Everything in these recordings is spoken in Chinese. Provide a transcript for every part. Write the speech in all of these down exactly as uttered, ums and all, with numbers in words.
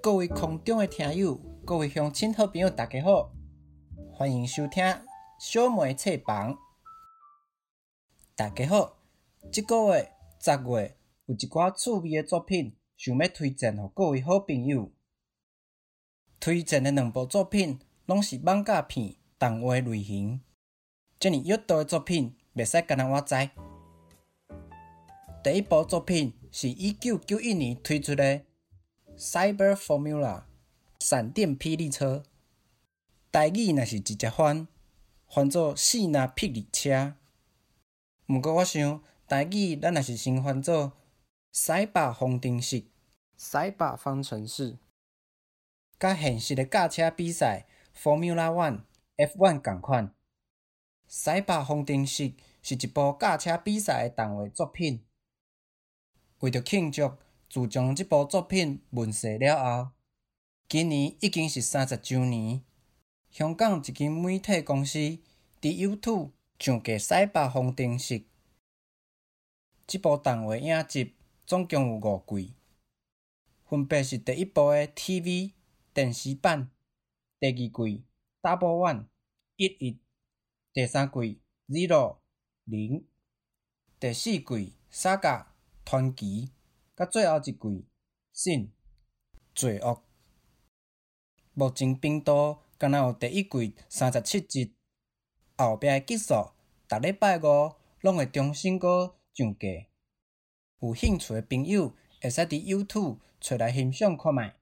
各位空中的听友，各位乡亲好朋友，大家好，欢迎收听小梅册房。大家好，这个月十月有一寡趣味的作品，想要推荐给各位好朋友。推荐的两部作品，拢是艋舺片动画类型。这么阅读的作品，袂使干那我知。第一部作品是一九九一年推出的 Cyber Formula 闪电霹雳车，台语若是直接翻，翻做四那霹雳车。毋过我想，台语咱若是先翻做赛百方程式、赛百方程式，甲现实的驾车比赛 Formula One、F 一 同款。赛百方程式是一部驾车比赛的动画作品。为着庆祝自从这部作品问世了后，今年已经是三十周年。香港一间媒体公司伫 YouTube 上架赛百方程式。这部动画影集总共有五季，分别是第一部的 T V 电视版，第二季 Double One 一一，第三季 Zero 零，第四季 Saga 传奇，甲最后一季 Sin 罪恶。目前频道敢若有第一季三十七集，后壁的集数逐礼拜五拢会重新搁上架。有兴趣的朋友会使伫 YouTube 找来欣赏看卖。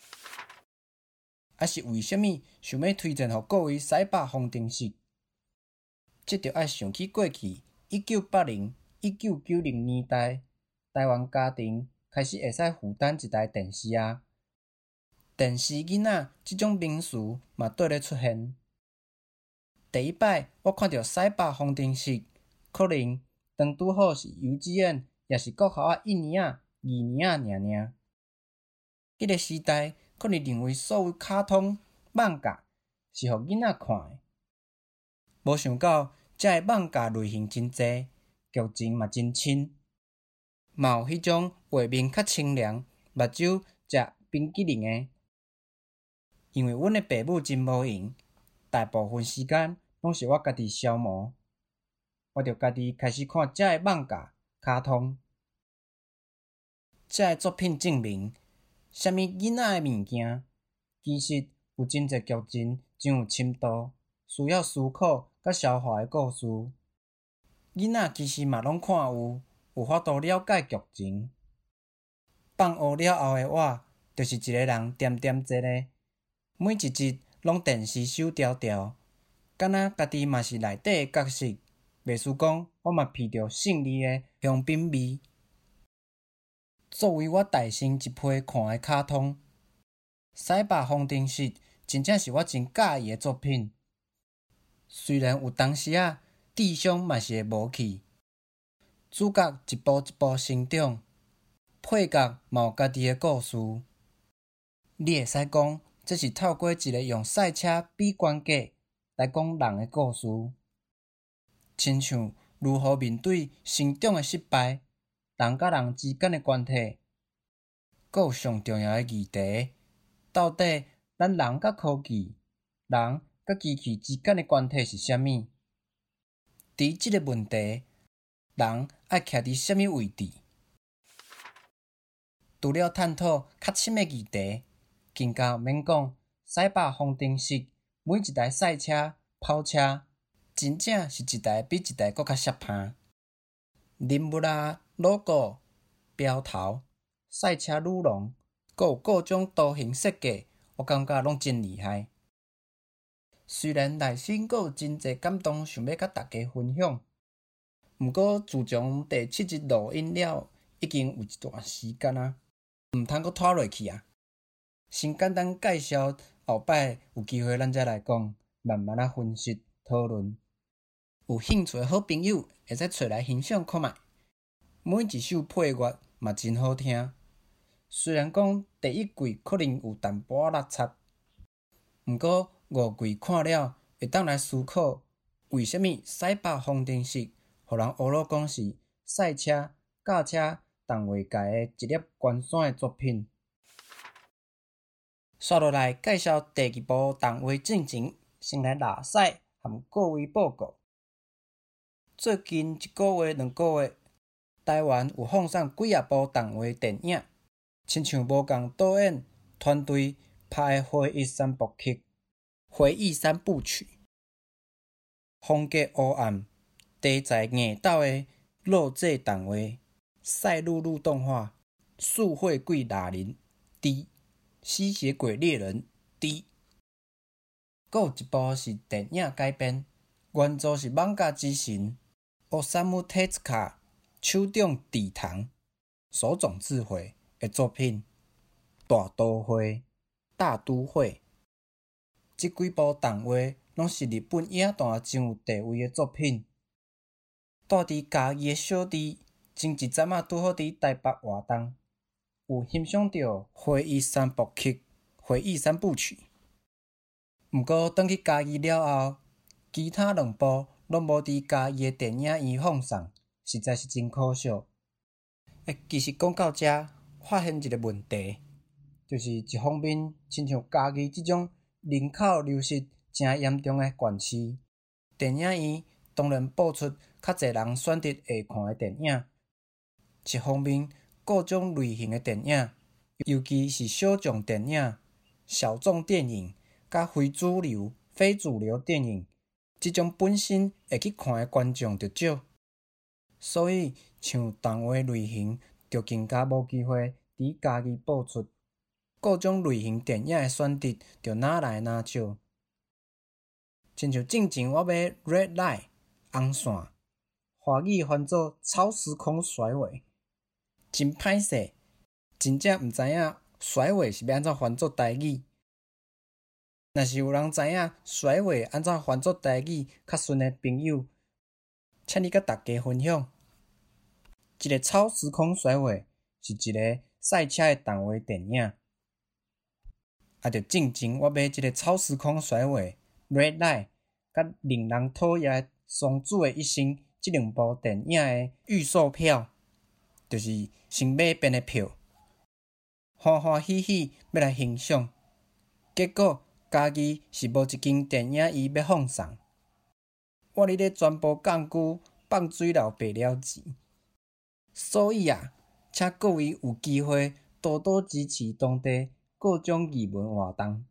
啊是为虾米想要推荐予各位赛百方程式？这着爱想起过去一九八零、一九九零年代，台湾家庭开始会使负担一台电视啊。电视囡仔这种名词嘛倒咧出现。第一摆我看到赛百方程式，可能当拄好是幼稚园，也是国校仔一年仔、二年仔尔尔。迄个时代可能认为所有卡通、艋舺是互囡仔看的，无想到遮个艋舺类型真济，剧情嘛真深，嘛有迄种画面较清凉、目睭食冰激凌的。因为阮的爸母真无闲，大部分时间拢是我家己消磨，我着家己开始看遮个艋舺卡通。遮个作品证明，啥物囡仔的物件，其实有真侪剧情真有深度，需要思考甲消化的故事。囡仔其实嘛拢看有，有法度了解剧情。放学了后的我，就是一个人点点坐咧。每一集拢电视手条条，敢若家己嘛是内底的角色，袂输讲我嘛闻着胜利的香槟味。作为我大成一批看的卡通，赛百方程式真正是我真喜意的作品。虽然有当时啊，智商嘛是会无去，主角一步一步成长，配角嘛有家己的故事。你会使讲，这是透过一个用赛车比关节来讲人的故事，亲像如何面对成长的失败，人甲人之间的关系，阁有上重要的议题，到底咱人甲科技、人甲机器之间的关系是啥物？伫即个问题，人爱徛伫啥物位置？除了探讨较深的议题，更加免讲赛百方程式每一台赛车、跑车，真正是一台比一台搁较适拍。人物啊、logo、标头、赛车女郎，阁有各种图形设计，我感觉拢真厉害。虽然内心阁有真侪感动，想要甲大家分享，毋过自从第七集录音了，已经有一段时间啊，毋通阁拖落去啊。先简单介绍，后摆有机会咱再来讲，慢慢啊分析讨论。有兴趣的好朋友会使找来欣赏看卖。每一首配乐嘛真好听，虽然讲第一季可能有淡薄仔落差，毋过五季看了会当来思考，为虾米赛百方程式互人学了讲是赛车、驾车动画界的一粒关键的作品。 刷落来介绍第二部动画进前，先来拉屎和各位报告。最近一个月、两个月，台湾有放送几啊部动画电影，亲像无共导演团队拍的《回忆三部曲》《回忆三部曲》，风格黑暗、题材硬斗的弱智动画、赛璐璐动画、素会贵拉人 D、吸血鬼猎人 D。阁有一部是电影改编，原作是漫画之神奥萨姆特兹卡手冢治虫手冢治惠的作品《大都会》。大都会，这几部动画拢是日本影坛真有地位的作品。住伫家己的小弟，前一阵仔拄好伫台北活动，有欣赏到《回忆三部曲》《回忆三部曲》。毋过转去家己了后，其他两部拢无伫家己的电影院放送，实在是真可惜。诶，其实讲到这，发现一个问题，就是一方面，亲像家己即种人口流失真严重的县市，电影院当然播出较侪人选择会看的电影；一方面，各种类型的电影，尤其是小众电影、小众电影，甲非主流、非主流电影，即种本身会去看的观众就少，所以像动画类型就更加无机会伫家己播出。各种类型电影的选择就哪来哪少。亲像之前我买《Red Light》红线，华语翻做超时空甩尾，真歹势，真正毋知影甩尾是要安怎翻做台语。若是有人知影甩尾安怎翻做台语较顺的朋友，请你甲大家分享。一个超时空甩尾是一个赛车的动画电影。啊，着进前我买即个超时空甩尾 Red Light 甲令人讨厌的双子的一生即两部电影的预售票，就是先买便的票，欢欢喜喜要来欣赏。结果家己是无一间电影院要放送，我伫咧传播讲句放水流白了钱。所以啊，请各位有机会多多支持当地各种艺文活动。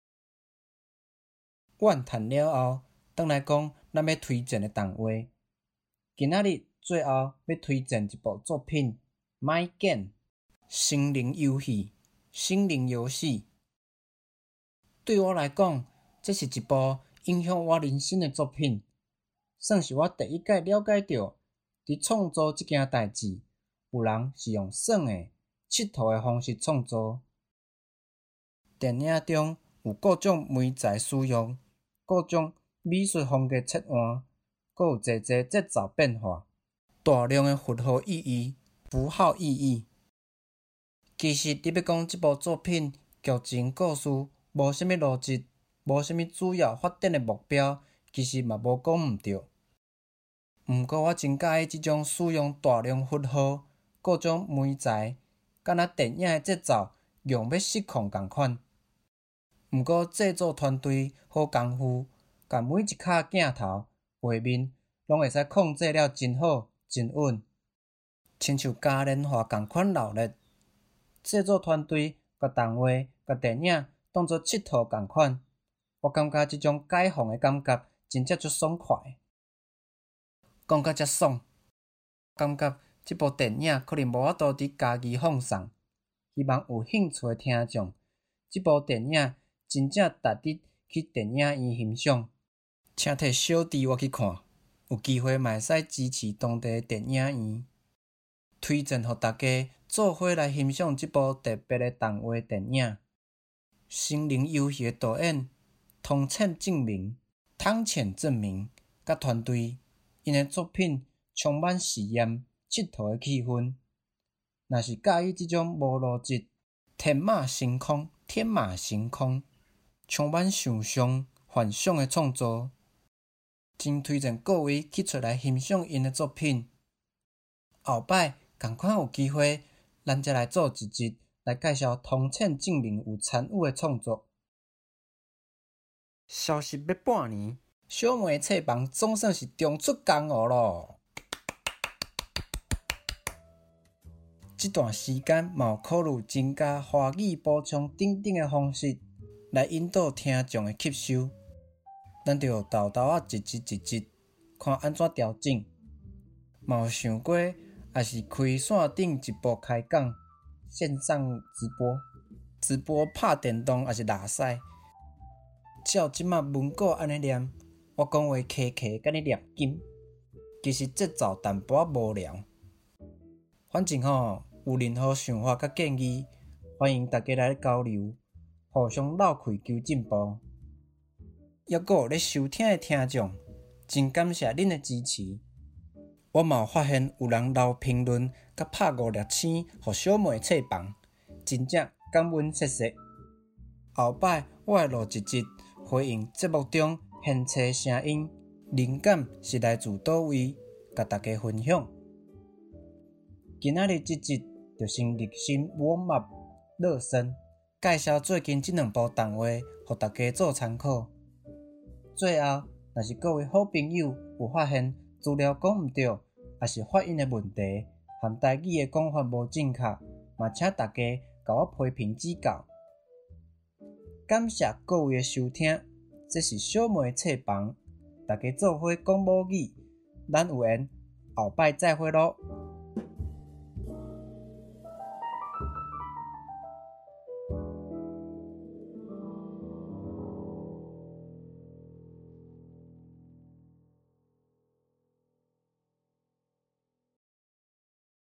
怨叹了后，转来讲咱要推荐的动画。今仔日最后要推荐一部作品《My Game》心灵游戏。心灵游戏对我来讲，这是一部影响我人生的作品，算是我第一届了解到，伫创作这件代志，有人是用耍的、佚佗的方式创作。电影中有各种媒材使用，各种美术风格切换，阁有侪侪节奏变化，大量的符号意义、符号意义。其实你要讲这部作品剧情故事无啥物逻辑，无啥物主要发展的目标，其实嘛无讲毋对。毋过我真喜欢这种使用大量符号、各种媒材，敢若电影的节奏用要失控共款。毋过制作团队好功夫，甲每一卡镜头、画面拢会使控制了真好、真稳，亲像嘉年华共款热烈。制作团队甲动画、甲电影当作佚佗共款，我感觉这种解放的感觉真正足爽快。讲到遮爽，感觉这部电影可能无法度伫家己放送，希望有兴趣的听众，这部电影真正值得去电影院欣赏，请摕小弟我去看，有机会嘛会使支持当地的电影院，推荐予大家做伙来欣赏这部特别的动画电影《心灵游戏》的导演汤浅证明、汤浅证明甲团队，因的作品充满实验、佚佗的气氛。若是介意这种无逻辑、天马行空、天马行空、充满想象、幻想的创作，真推荐各位去出来欣赏因的作品。后摆共款有机会，咱再来做一集来介绍通称证明有参与的创作。消息要半年，小梅册房总算是中出公务咯。这段时间嘛有考虑增加华语补充等等的方式来引导听众的吸收，咱着豆豆啊一集一集看安怎调整。嘛有想过，也是开线顶一步开讲，线上直播，直播拍电动也是垃圾。照即马文稿安尼念，我讲话客客甲你念金，其实节奏淡薄仔无聊。反正吼，有任何想法甲建议，欢迎大家来交流，互相闹开求进步。还阁有咧收听的听众，真感谢恁的支持。我嘛有发现有人留评论甲拍五粒星，互小妹册房，真正感恩切切。后摆我会录一集回应节目中现切声音，灵感是来自倒位，甲大家分享。今仔日这集就先热身 warm up 热身，介绍最近这两部动画，互大家做参考。最后，若是各位好朋友有发现资料讲毋对，也是发音的问题，含台语的讲法无正确，嘛请大家甲我批评指教。感谢各位的收听，这是小妹册房，大家做伙讲母语，咱有缘后摆再会咯。